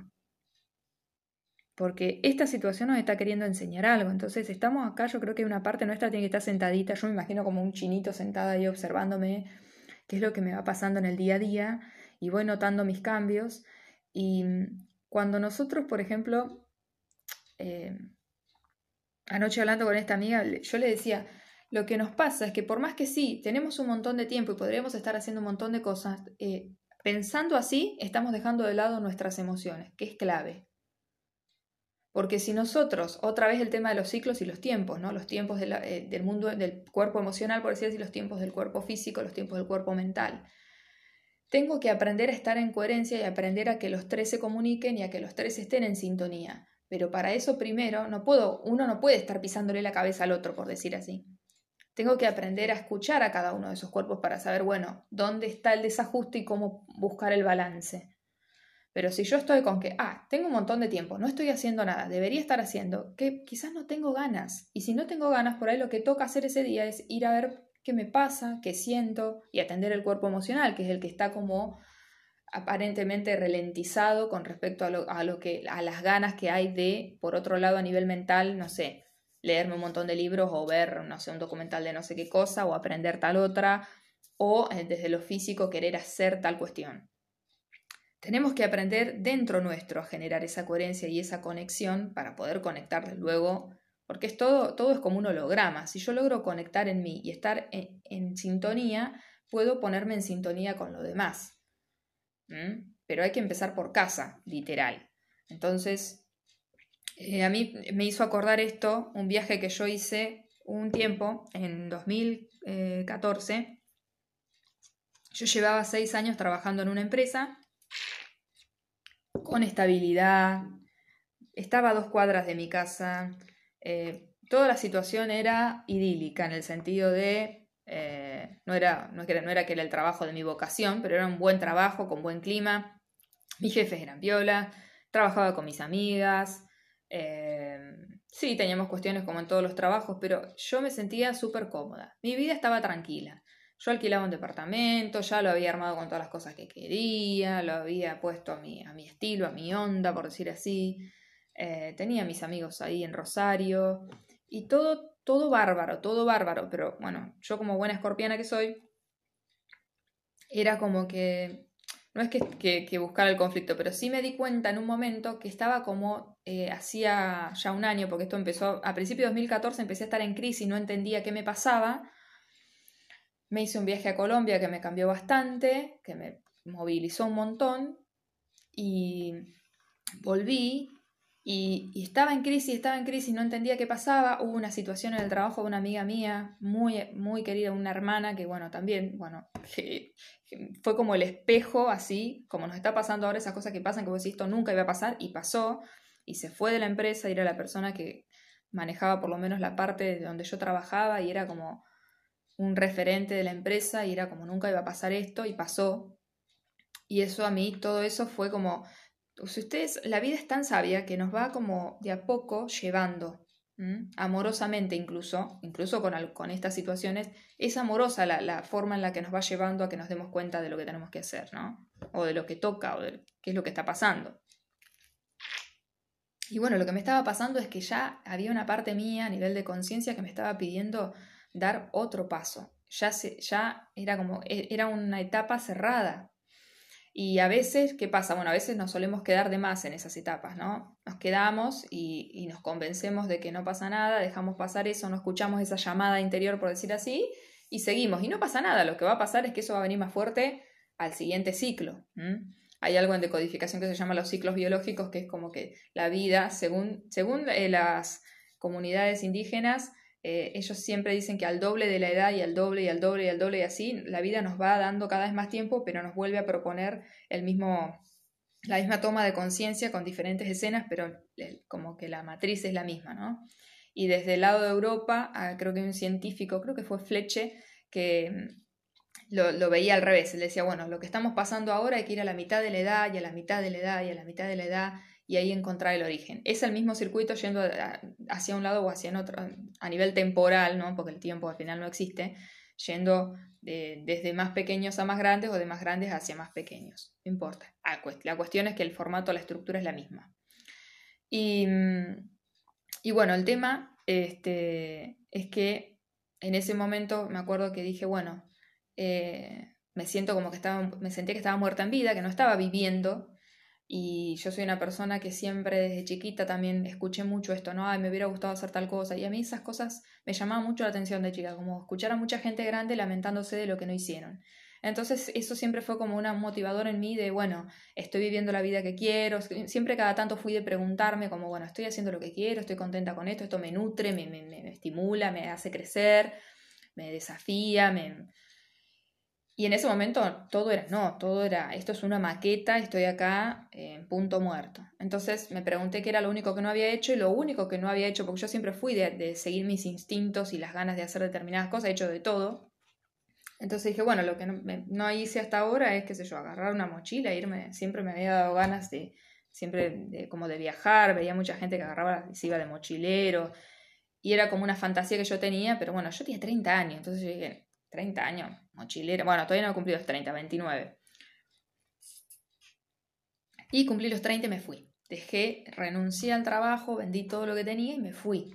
Porque esta situación nos está queriendo enseñar algo. Entonces estamos acá, yo creo que una parte nuestra tiene que estar sentadita. Yo me imagino como un chinito sentada ahí observándome qué es lo que me va pasando en el día a día. Y voy notando mis cambios. Y cuando nosotros, por ejemplo, eh, anoche hablando con esta amiga, yo le decía, lo que nos pasa es que por más que sí, tenemos un montón de tiempo y podríamos estar haciendo un montón de cosas, eh, pensando así, estamos dejando de lado nuestras emociones, que es clave. Porque si nosotros, otra vez el tema de los ciclos y los tiempos, ¿no? Los tiempos de la, eh, del mundo, del cuerpo emocional, por decir así, los tiempos del cuerpo físico, los tiempos del cuerpo mental. Tengo que aprender a estar en coherencia y aprender a que los tres se comuniquen y a que los tres estén en sintonía. Pero para eso primero, no puedo, uno no puede estar pisándole la cabeza al otro, por decir así. Tengo que aprender a escuchar a cada uno de esos cuerpos para saber, bueno, dónde está el desajuste y cómo buscar el balance. Pero si yo estoy con que, ah, tengo un montón de tiempo, no estoy haciendo nada, debería estar haciendo, que quizás no tengo ganas. Y si no tengo ganas, por ahí lo que toca hacer ese día es ir a ver qué me pasa, qué siento y atender el cuerpo emocional, que es el que está como aparentemente ralentizado con respecto a lo, a lo que, a las ganas que hay de, por otro lado, a nivel mental, no sé, leerme un montón de libros o ver, no sé, un documental de no sé qué cosa o aprender tal otra o eh, desde lo físico querer hacer tal cuestión. Tenemos que aprender dentro nuestro a generar esa coherencia y esa conexión para poder conectar luego, porque es todo, todo es como un holograma. Si yo logro conectar en mí y estar en, en sintonía, puedo ponerme en sintonía con lo demás. ¿Mm? Pero hay que empezar por casa, literal. Entonces, eh, a mí me hizo acordar esto, un viaje que yo hice un tiempo, en dos mil catorce. Yo llevaba seis años trabajando en una empresa con estabilidad, estaba a dos cuadras de mi casa, eh, toda la situación era idílica en el sentido de, eh, no, era, no, era, no era que era el trabajo de mi vocación, pero era un buen trabajo, con buen clima, mis jefes eran piola, trabajaba con mis amigas, eh, sí, teníamos cuestiones como en todos los trabajos, pero yo me sentía súper cómoda, mi vida estaba tranquila. Yo alquilaba un departamento, ya lo había armado con todas las cosas que quería, lo había puesto a mi, a mi estilo, a mi onda, por decir así. Eh, tenía mis amigos ahí en Rosario y todo, todo bárbaro, todo bárbaro. Pero bueno, yo como buena escorpiana que soy, era como que, no es que, que, que buscara el conflicto, pero sí me di cuenta en un momento que estaba como eh, hacía ya un año, porque esto empezó, a principios de dos mil catorce empecé a estar en crisis, no entendía qué me pasaba. Me hice un viaje a Colombia que me cambió bastante, que me movilizó un montón y volví y, y estaba en crisis, estaba en crisis, no entendía qué pasaba. Hubo una situación en el trabajo de una amiga mía, muy, muy querida, una hermana, que bueno, también, bueno, que, que fue como el espejo, así, como nos está pasando ahora esas cosas que pasan, que vos decís, esto nunca iba a pasar, y pasó, y se fue de la empresa, y era la persona que manejaba por lo menos la parte de donde yo trabajaba, y era como un referente de la empresa y era como nunca iba a pasar esto y pasó. Y eso a mí, todo eso fue como, si ustedes, la vida es tan sabia que nos va como de a poco llevando, ¿m? Amorosamente incluso, incluso con, con estas situaciones, es amorosa la, la forma en la que nos va llevando a que nos demos cuenta de lo que tenemos que hacer, ¿no? O de lo que toca, o de qué es lo que está pasando. Y bueno, lo que me estaba pasando es que ya había una parte mía a nivel de conciencia que me estaba pidiendo dar otro paso. Ya, se, ya era como, era una etapa cerrada. Y a veces, ¿qué pasa? Bueno, a veces nos solemos quedar de más en esas etapas, ¿no? Nos quedamos y, y nos convencemos de que no pasa nada, dejamos pasar eso, no escuchamos esa llamada interior, por decir así, y seguimos. Y no pasa nada, lo que va a pasar es que eso va a venir más fuerte al siguiente ciclo. ¿Mm? Hay algo en decodificación que se llama los ciclos biológicos, que es como que la vida, según, según eh, las comunidades indígenas, eh, ellos siempre dicen que al doble de la edad y al doble y al doble y al doble y así, la vida nos va dando cada vez más tiempo, pero nos vuelve a proponer el mismo, la misma toma de conciencia con diferentes escenas, pero eh, como que la matriz es la misma, ¿no? Y desde el lado de Europa, ah, creo que hay un científico, creo que fue Fletcher, que lo, lo veía al revés. Él decía, bueno, lo que estamos pasando ahora hay que ir a la mitad de la edad y a la mitad de la edad y a la mitad de la edad y ahí encontrar el origen. Es el mismo circuito yendo hacia un lado o hacia otro, a nivel temporal, ¿no? Porque el tiempo al final no existe, yendo de, desde más pequeños a más grandes o de más grandes hacia más pequeños. No importa. Ah, la cuestión es que el formato, la estructura es la misma. Y, y bueno, el tema este, es que en ese momento me acuerdo que dije, bueno, eh, me siento como que estaba, me sentía que estaba muerta en vida, que no estaba viviendo. Y yo soy una persona que siempre desde chiquita también escuché mucho esto, ¿no? Ay, me hubiera gustado hacer tal cosa. Y a mí esas cosas me llamaban mucho la atención de chica, como escuchar a mucha gente grande lamentándose de lo que no hicieron. Entonces eso siempre fue como una motivadora en mí de, bueno, estoy viviendo la vida que quiero. Siempre cada tanto fui de preguntarme como, bueno, estoy haciendo lo que quiero, estoy contenta con esto, esto me nutre, me, me, me estimula, me hace crecer, me desafía, me... Y en ese momento todo era, no, todo era, esto es una maqueta, estoy acá en eh, punto muerto. Entonces me pregunté qué era lo único que no había hecho y lo único que no había hecho, porque yo siempre fui de, de seguir mis instintos y las ganas de hacer determinadas cosas, he hecho de todo. Entonces dije, bueno, lo que no, me, no hice hasta ahora es, qué sé yo, agarrar una mochila, irme, siempre me había dado ganas de, siempre de, como de viajar, veía mucha gente que agarraba, se iba de mochilero, y era como una fantasía que yo tenía, pero bueno, yo tenía treinta años, entonces yo dije... treinta años, mochilera, bueno, todavía no he cumplido los treinta, veintinueve. Y cumplí los treinta y me fui. Dejé, renuncié al trabajo, vendí todo lo que tenía y me fui.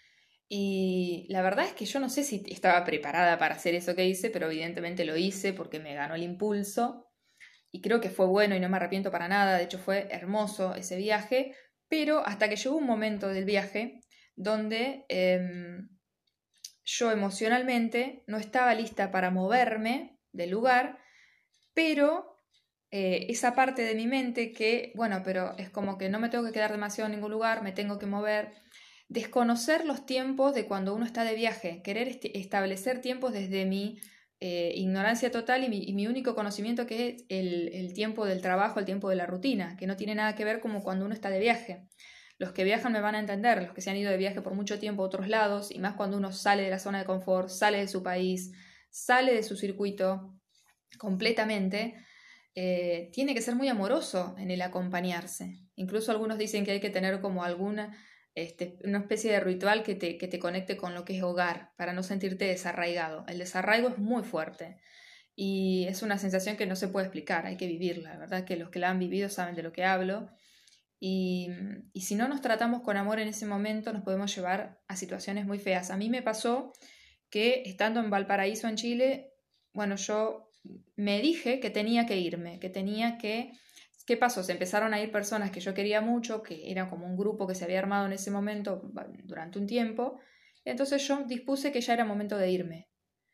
Y la verdad es que yo no sé si estaba preparada para hacer eso que hice, pero evidentemente lo hice porque me ganó el impulso. Y creo que fue bueno y no me arrepiento para nada, de hecho fue hermoso ese viaje, pero hasta que llegó un momento del viaje donde... Eh, yo emocionalmente no estaba lista para moverme del lugar, pero eh, esa parte de mi mente que, bueno, pero es como que no me tengo que quedar demasiado en ningún lugar, me tengo que mover, desconocer los tiempos de cuando uno está de viaje, querer est establecer tiempos desde mi eh, ignorancia total y mi, y mi único conocimiento que es el, el tiempo del trabajo, el tiempo de la rutina, que no tiene nada que ver como cuando uno está de viaje. Los que viajan me van a entender, los que se han ido de viaje por mucho tiempo a otros lados, y más cuando uno sale de la zona de confort, sale de su país, sale de su circuito completamente, eh, tiene que ser muy amoroso en el acompañarse. Incluso algunos dicen que hay que tener como alguna, este, una especie de ritual que te, que te conecte con lo que es hogar, para no sentirte desarraigado. El desarraigo es muy fuerte y es una sensación que no se puede explicar, hay que vivirla. La verdad que los que la han vivido saben de lo que hablo. Y, y si no nos tratamos con amor en ese momento nos podemos llevar a situaciones muy feas. A mí me pasó que estando en Valparaíso, en Chile, bueno, yo me dije que tenía que irme, que tenía que... ¿Qué pasó? Se empezaron a ir personas que yo quería mucho, que era como un grupo que se había armado en ese momento durante un tiempo, entonces yo dispuse que ya era momento de irme.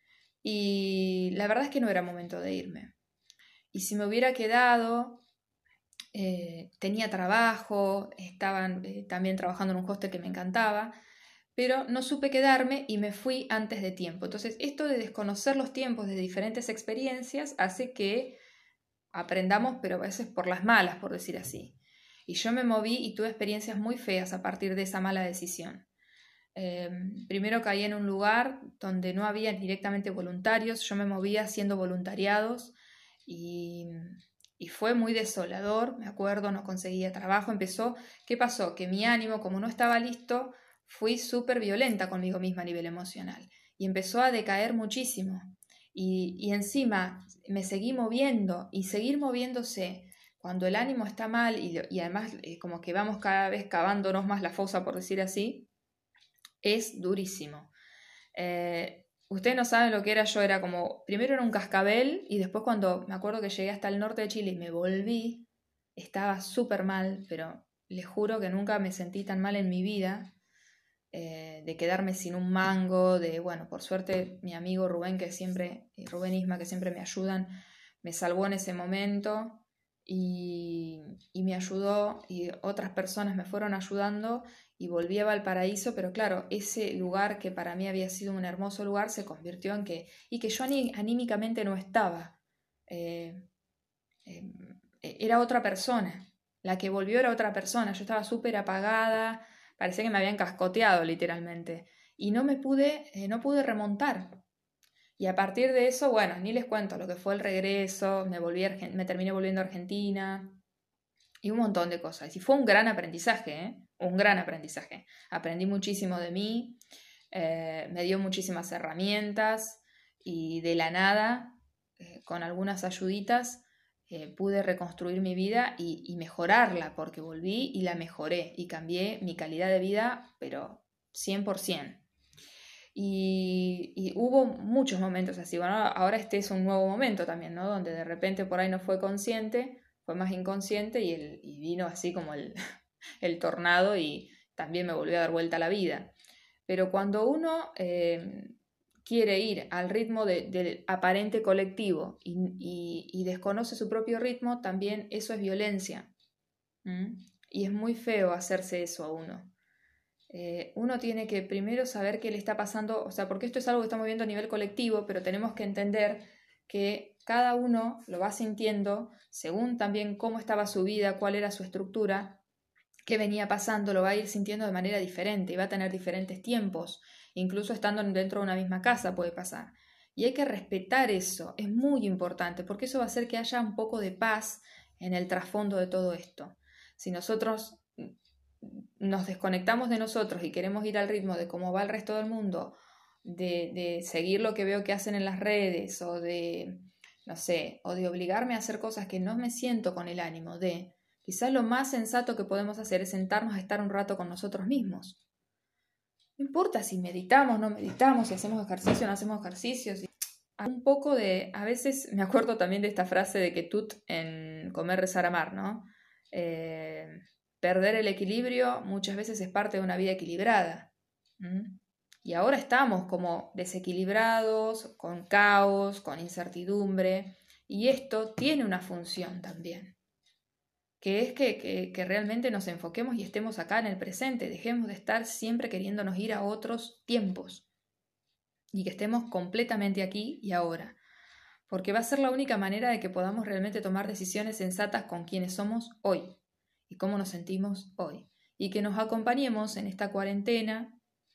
Y la verdad es que no era momento de irme. Y si me hubiera quedado... Eh, tenía trabajo, estaban eh, también trabajando en un hostel que me encantaba, pero no supe quedarme y me fui antes de tiempo. Entonces, esto de desconocer los tiempos de diferentes experiencias hace que aprendamos, pero a veces por las malas, por decir así. Y yo me moví y tuve experiencias muy feas a partir de esa mala decisión. Eh, primero caí en un lugar donde no había directamente voluntarios, yo me movía haciendo voluntariados y... Y fue muy desolador, me acuerdo, no conseguía trabajo, empezó, ¿qué pasó? Que mi ánimo, como no estaba listo, fui súper violenta conmigo misma a nivel emocional y empezó a decaer muchísimo. Y, y encima me seguí moviendo y seguir moviéndose cuando el ánimo está mal y, y además eh, como que vamos cada vez cavándonos más la fosa, por decir así, es durísimo. Eh, ustedes no saben lo que era, yo era como, primero era un cascabel y después cuando me acuerdo que llegué hasta el norte de Chile y me volví, estaba súper mal, pero les juro que nunca me sentí tan mal en mi vida, eh, de quedarme sin un mango, de, bueno, por suerte mi amigo Rubén, que siempre, y Rubén Isma, que siempre me ayudan, me salvó en ese momento y, y me ayudó y otras personas me fueron ayudando y volví a Valparaíso, pero claro, ese lugar que para mí había sido un hermoso lugar se convirtió en que, y que yo anímicamente no estaba, eh, eh, era otra persona, la que volvió era otra persona, yo estaba súper apagada, parecía que me habían cascoteado literalmente, y no me pude, eh, no pude remontar. Y a partir de eso, bueno, ni les cuento lo que fue el regreso, me, volví a me terminé volviendo a Argentina y un montón de cosas. Y fue un gran aprendizaje, ¿eh? Un gran aprendizaje. Aprendí muchísimo de mí, eh, me dio muchísimas herramientas y de la nada, eh, con algunas ayuditas, eh, pude reconstruir mi vida y, y mejorarla, porque volví y la mejoré y cambié mi calidad de vida, pero cien por ciento. Y, y hubo muchos momentos así. Bueno, ahora este es un nuevo momento también, ¿no? Donde de repente por ahí no fue consciente, fue más inconsciente y, el, y vino así como el, el tornado y también me volvió a dar vuelta a la vida. Pero cuando uno eh, quiere ir al ritmo de, del aparente colectivo y, y, y desconoce su propio ritmo, también eso es violencia. ¿Mm? Y es muy feo hacerse eso a uno. Eh, uno tiene que primero saber qué le está pasando, o sea, porque esto es algo que estamos viendo a nivel colectivo, pero tenemos que entender que cada uno lo va sintiendo según también cómo estaba su vida, cuál era su estructura, qué venía pasando, lo va a ir sintiendo de manera diferente y va a tener diferentes tiempos, incluso estando dentro de una misma casa puede pasar. Y hay que respetar eso, es muy importante, porque eso va a hacer que haya un poco de paz en el trasfondo de todo esto. Si nosotros nos desconectamos de nosotros y queremos ir al ritmo de cómo va el resto del mundo, de, de seguir lo que veo que hacen en las redes o de, no sé, o de obligarme a hacer cosas que no me siento con el ánimo de, quizás lo más sensato que podemos hacer es sentarnos a estar un rato con nosotros mismos. No importa si meditamos, no meditamos, si hacemos ejercicio, no hacemos ejercicios. Un poco de, a veces me acuerdo también de esta frase de Ketut en Comer, Rezar, Amar, ¿no? Eh, perder el equilibrio muchas veces es parte de una vida equilibrada. ¿Mm? Y ahora estamos como desequilibrados, con caos, con incertidumbre, y esto tiene una función también, que es que, que, que realmente nos enfoquemos y estemos acá en el presente, dejemos de estar siempre queriéndonos ir a otros tiempos, y que estemos completamente aquí y ahora, porque va a ser la única manera de que podamos realmente tomar decisiones sensatas con quienes somos hoy y cómo nos sentimos hoy, y que nos acompañemos en esta cuarentena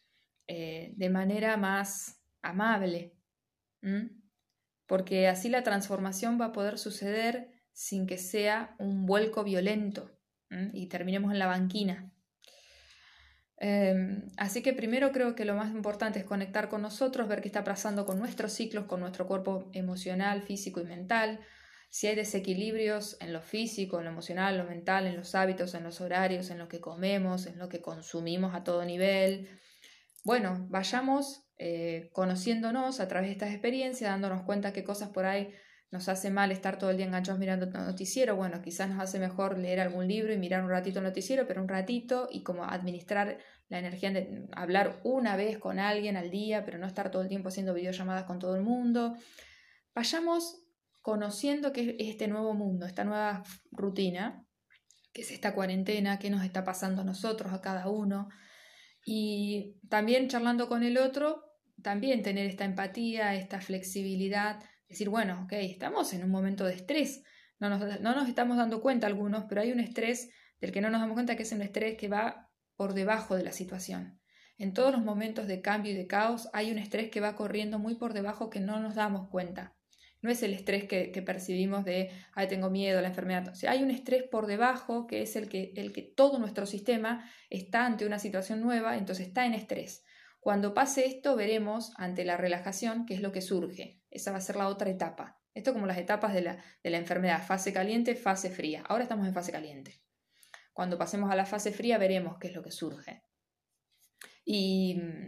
eh, de manera más amable, ¿m? Porque así la transformación va a poder suceder sin que sea un vuelco violento, ¿m? Y terminemos en la banquina. Eh, así que primero creo que lo más importante es conectar con nosotros, ver qué está pasando con nuestros ciclos, con nuestro cuerpo emocional, físico y mental, si hay desequilibrios en lo físico, en lo emocional, en lo mental, en los hábitos, en los horarios, en lo que comemos, en lo que consumimos a todo nivel. Bueno, vayamos eh, conociéndonos a través de estas experiencias, dándonos cuenta qué cosas por ahí nos hace mal estar todo el día enganchados mirando noticiero. Bueno, quizás nos hace mejor leer algún libro y mirar un ratito el noticiero, pero un ratito, y como administrar la energía de hablar una vez con alguien al día, pero no estar todo el tiempo haciendo videollamadas con todo el mundo. Vayamos conociendo qué es este nuevo mundo, esta nueva rutina, qué es esta cuarentena, qué nos está pasando a nosotros, a cada uno. Y también charlando con el otro, también tener esta empatía, esta flexibilidad, decir, bueno, ok, estamos en un momento de estrés, no nos, no nos estamos dando cuenta algunos, pero hay un estrés del que no nos damos cuenta, que es un estrés que va por debajo de la situación. En todos los momentos de cambio y de caos hay un estrés que va corriendo muy por debajo, que no nos damos cuenta. No es el estrés que, que percibimos de, ay, tengo miedo, la enfermedad. O sea, hay un estrés por debajo, que es el que, el que todo nuestro sistema está ante una situación nueva, entonces está en estrés. Cuando pase esto, veremos ante la relajación qué es lo que surge. Esa va a ser la otra etapa. Esto como las etapas de la, de la enfermedad, fase caliente, fase fría. Ahora estamos en fase caliente. Cuando pasemos a la fase fría, veremos qué es lo que surge. Y,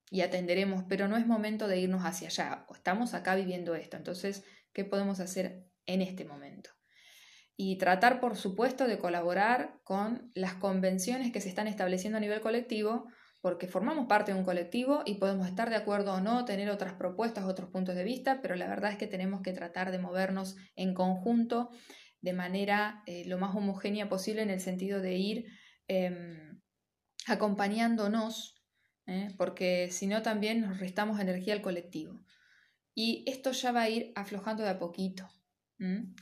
y atenderemos, pero no es momento de irnos hacia allá. Estamos acá viviendo esto, entonces, ¿qué podemos hacer en este momento? Y tratar, por supuesto, de colaborar con las convenciones que se están estableciendo a nivel colectivo, porque formamos parte de un colectivo y podemos estar de acuerdo o no, tener otras propuestas, otros puntos de vista, pero la verdad es que tenemos que tratar de movernos en conjunto de manera eh, lo más homogénea posible, en el sentido de ir eh, acompañándonos, ¿eh? Porque si no también nos restamos energía al colectivo. Y esto ya va a ir aflojando de a poquito. ¿Mm?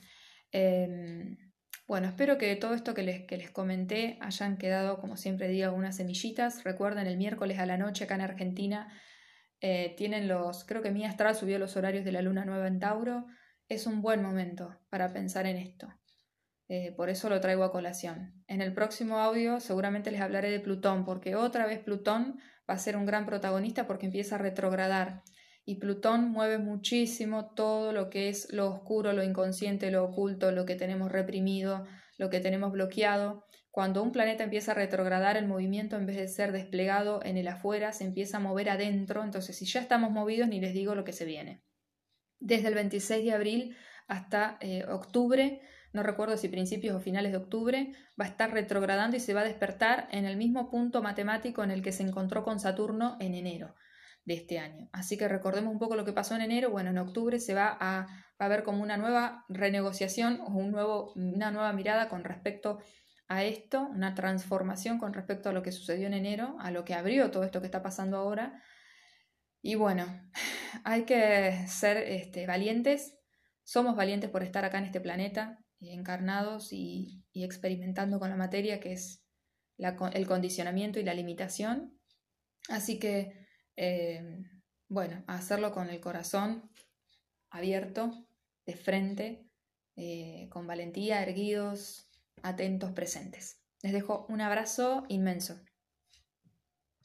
Eh, bueno, espero que todo esto que les, que les comenté hayan quedado, como siempre digo, unas semillitas. Recuerden, el miércoles a la noche acá en Argentina eh, tienen los, creo que Mía Astral subió los horarios de la luna nueva en Tauro. Es un buen momento para pensar en esto. Eh, por eso lo traigo a colación. En el próximo audio seguramente les hablaré de Plutón, porque otra vez Plutón va a ser un gran protagonista porque empieza a retrogradar. Y Plutón mueve muchísimo todo lo que es lo oscuro, lo inconsciente, lo oculto, lo que tenemos reprimido, lo que tenemos bloqueado. Cuando un planeta empieza a retrogradar, el movimiento, en vez de ser desplegado en el afuera, se empieza a mover adentro. Entonces, si ya estamos movidos, ni les digo lo que se viene. Desde el veintiséis de abril hasta eh, octubre, no recuerdo si principios o finales de octubre, va a estar retrogradando y se va a despertar en el mismo punto matemático en el que se encontró con Saturno en enero de este año. Así que recordemos un poco lo que pasó en enero. Bueno, en octubre se va a, va a ver como una nueva renegociación o un nuevo, una nueva mirada con respecto a esto, una transformación con respecto a lo que sucedió en enero, a lo que abrió todo esto que está pasando ahora. Y bueno, hay que ser este, valientes. Somos valientes por estar acá en este planeta, encarnados y, y experimentando con la materia, que es la, el condicionamiento y la limitación. Así que, eh, bueno, a hacerlo con el corazón abierto, de frente, eh, con valentía, erguidos, atentos, presentes. Les dejo un abrazo inmenso.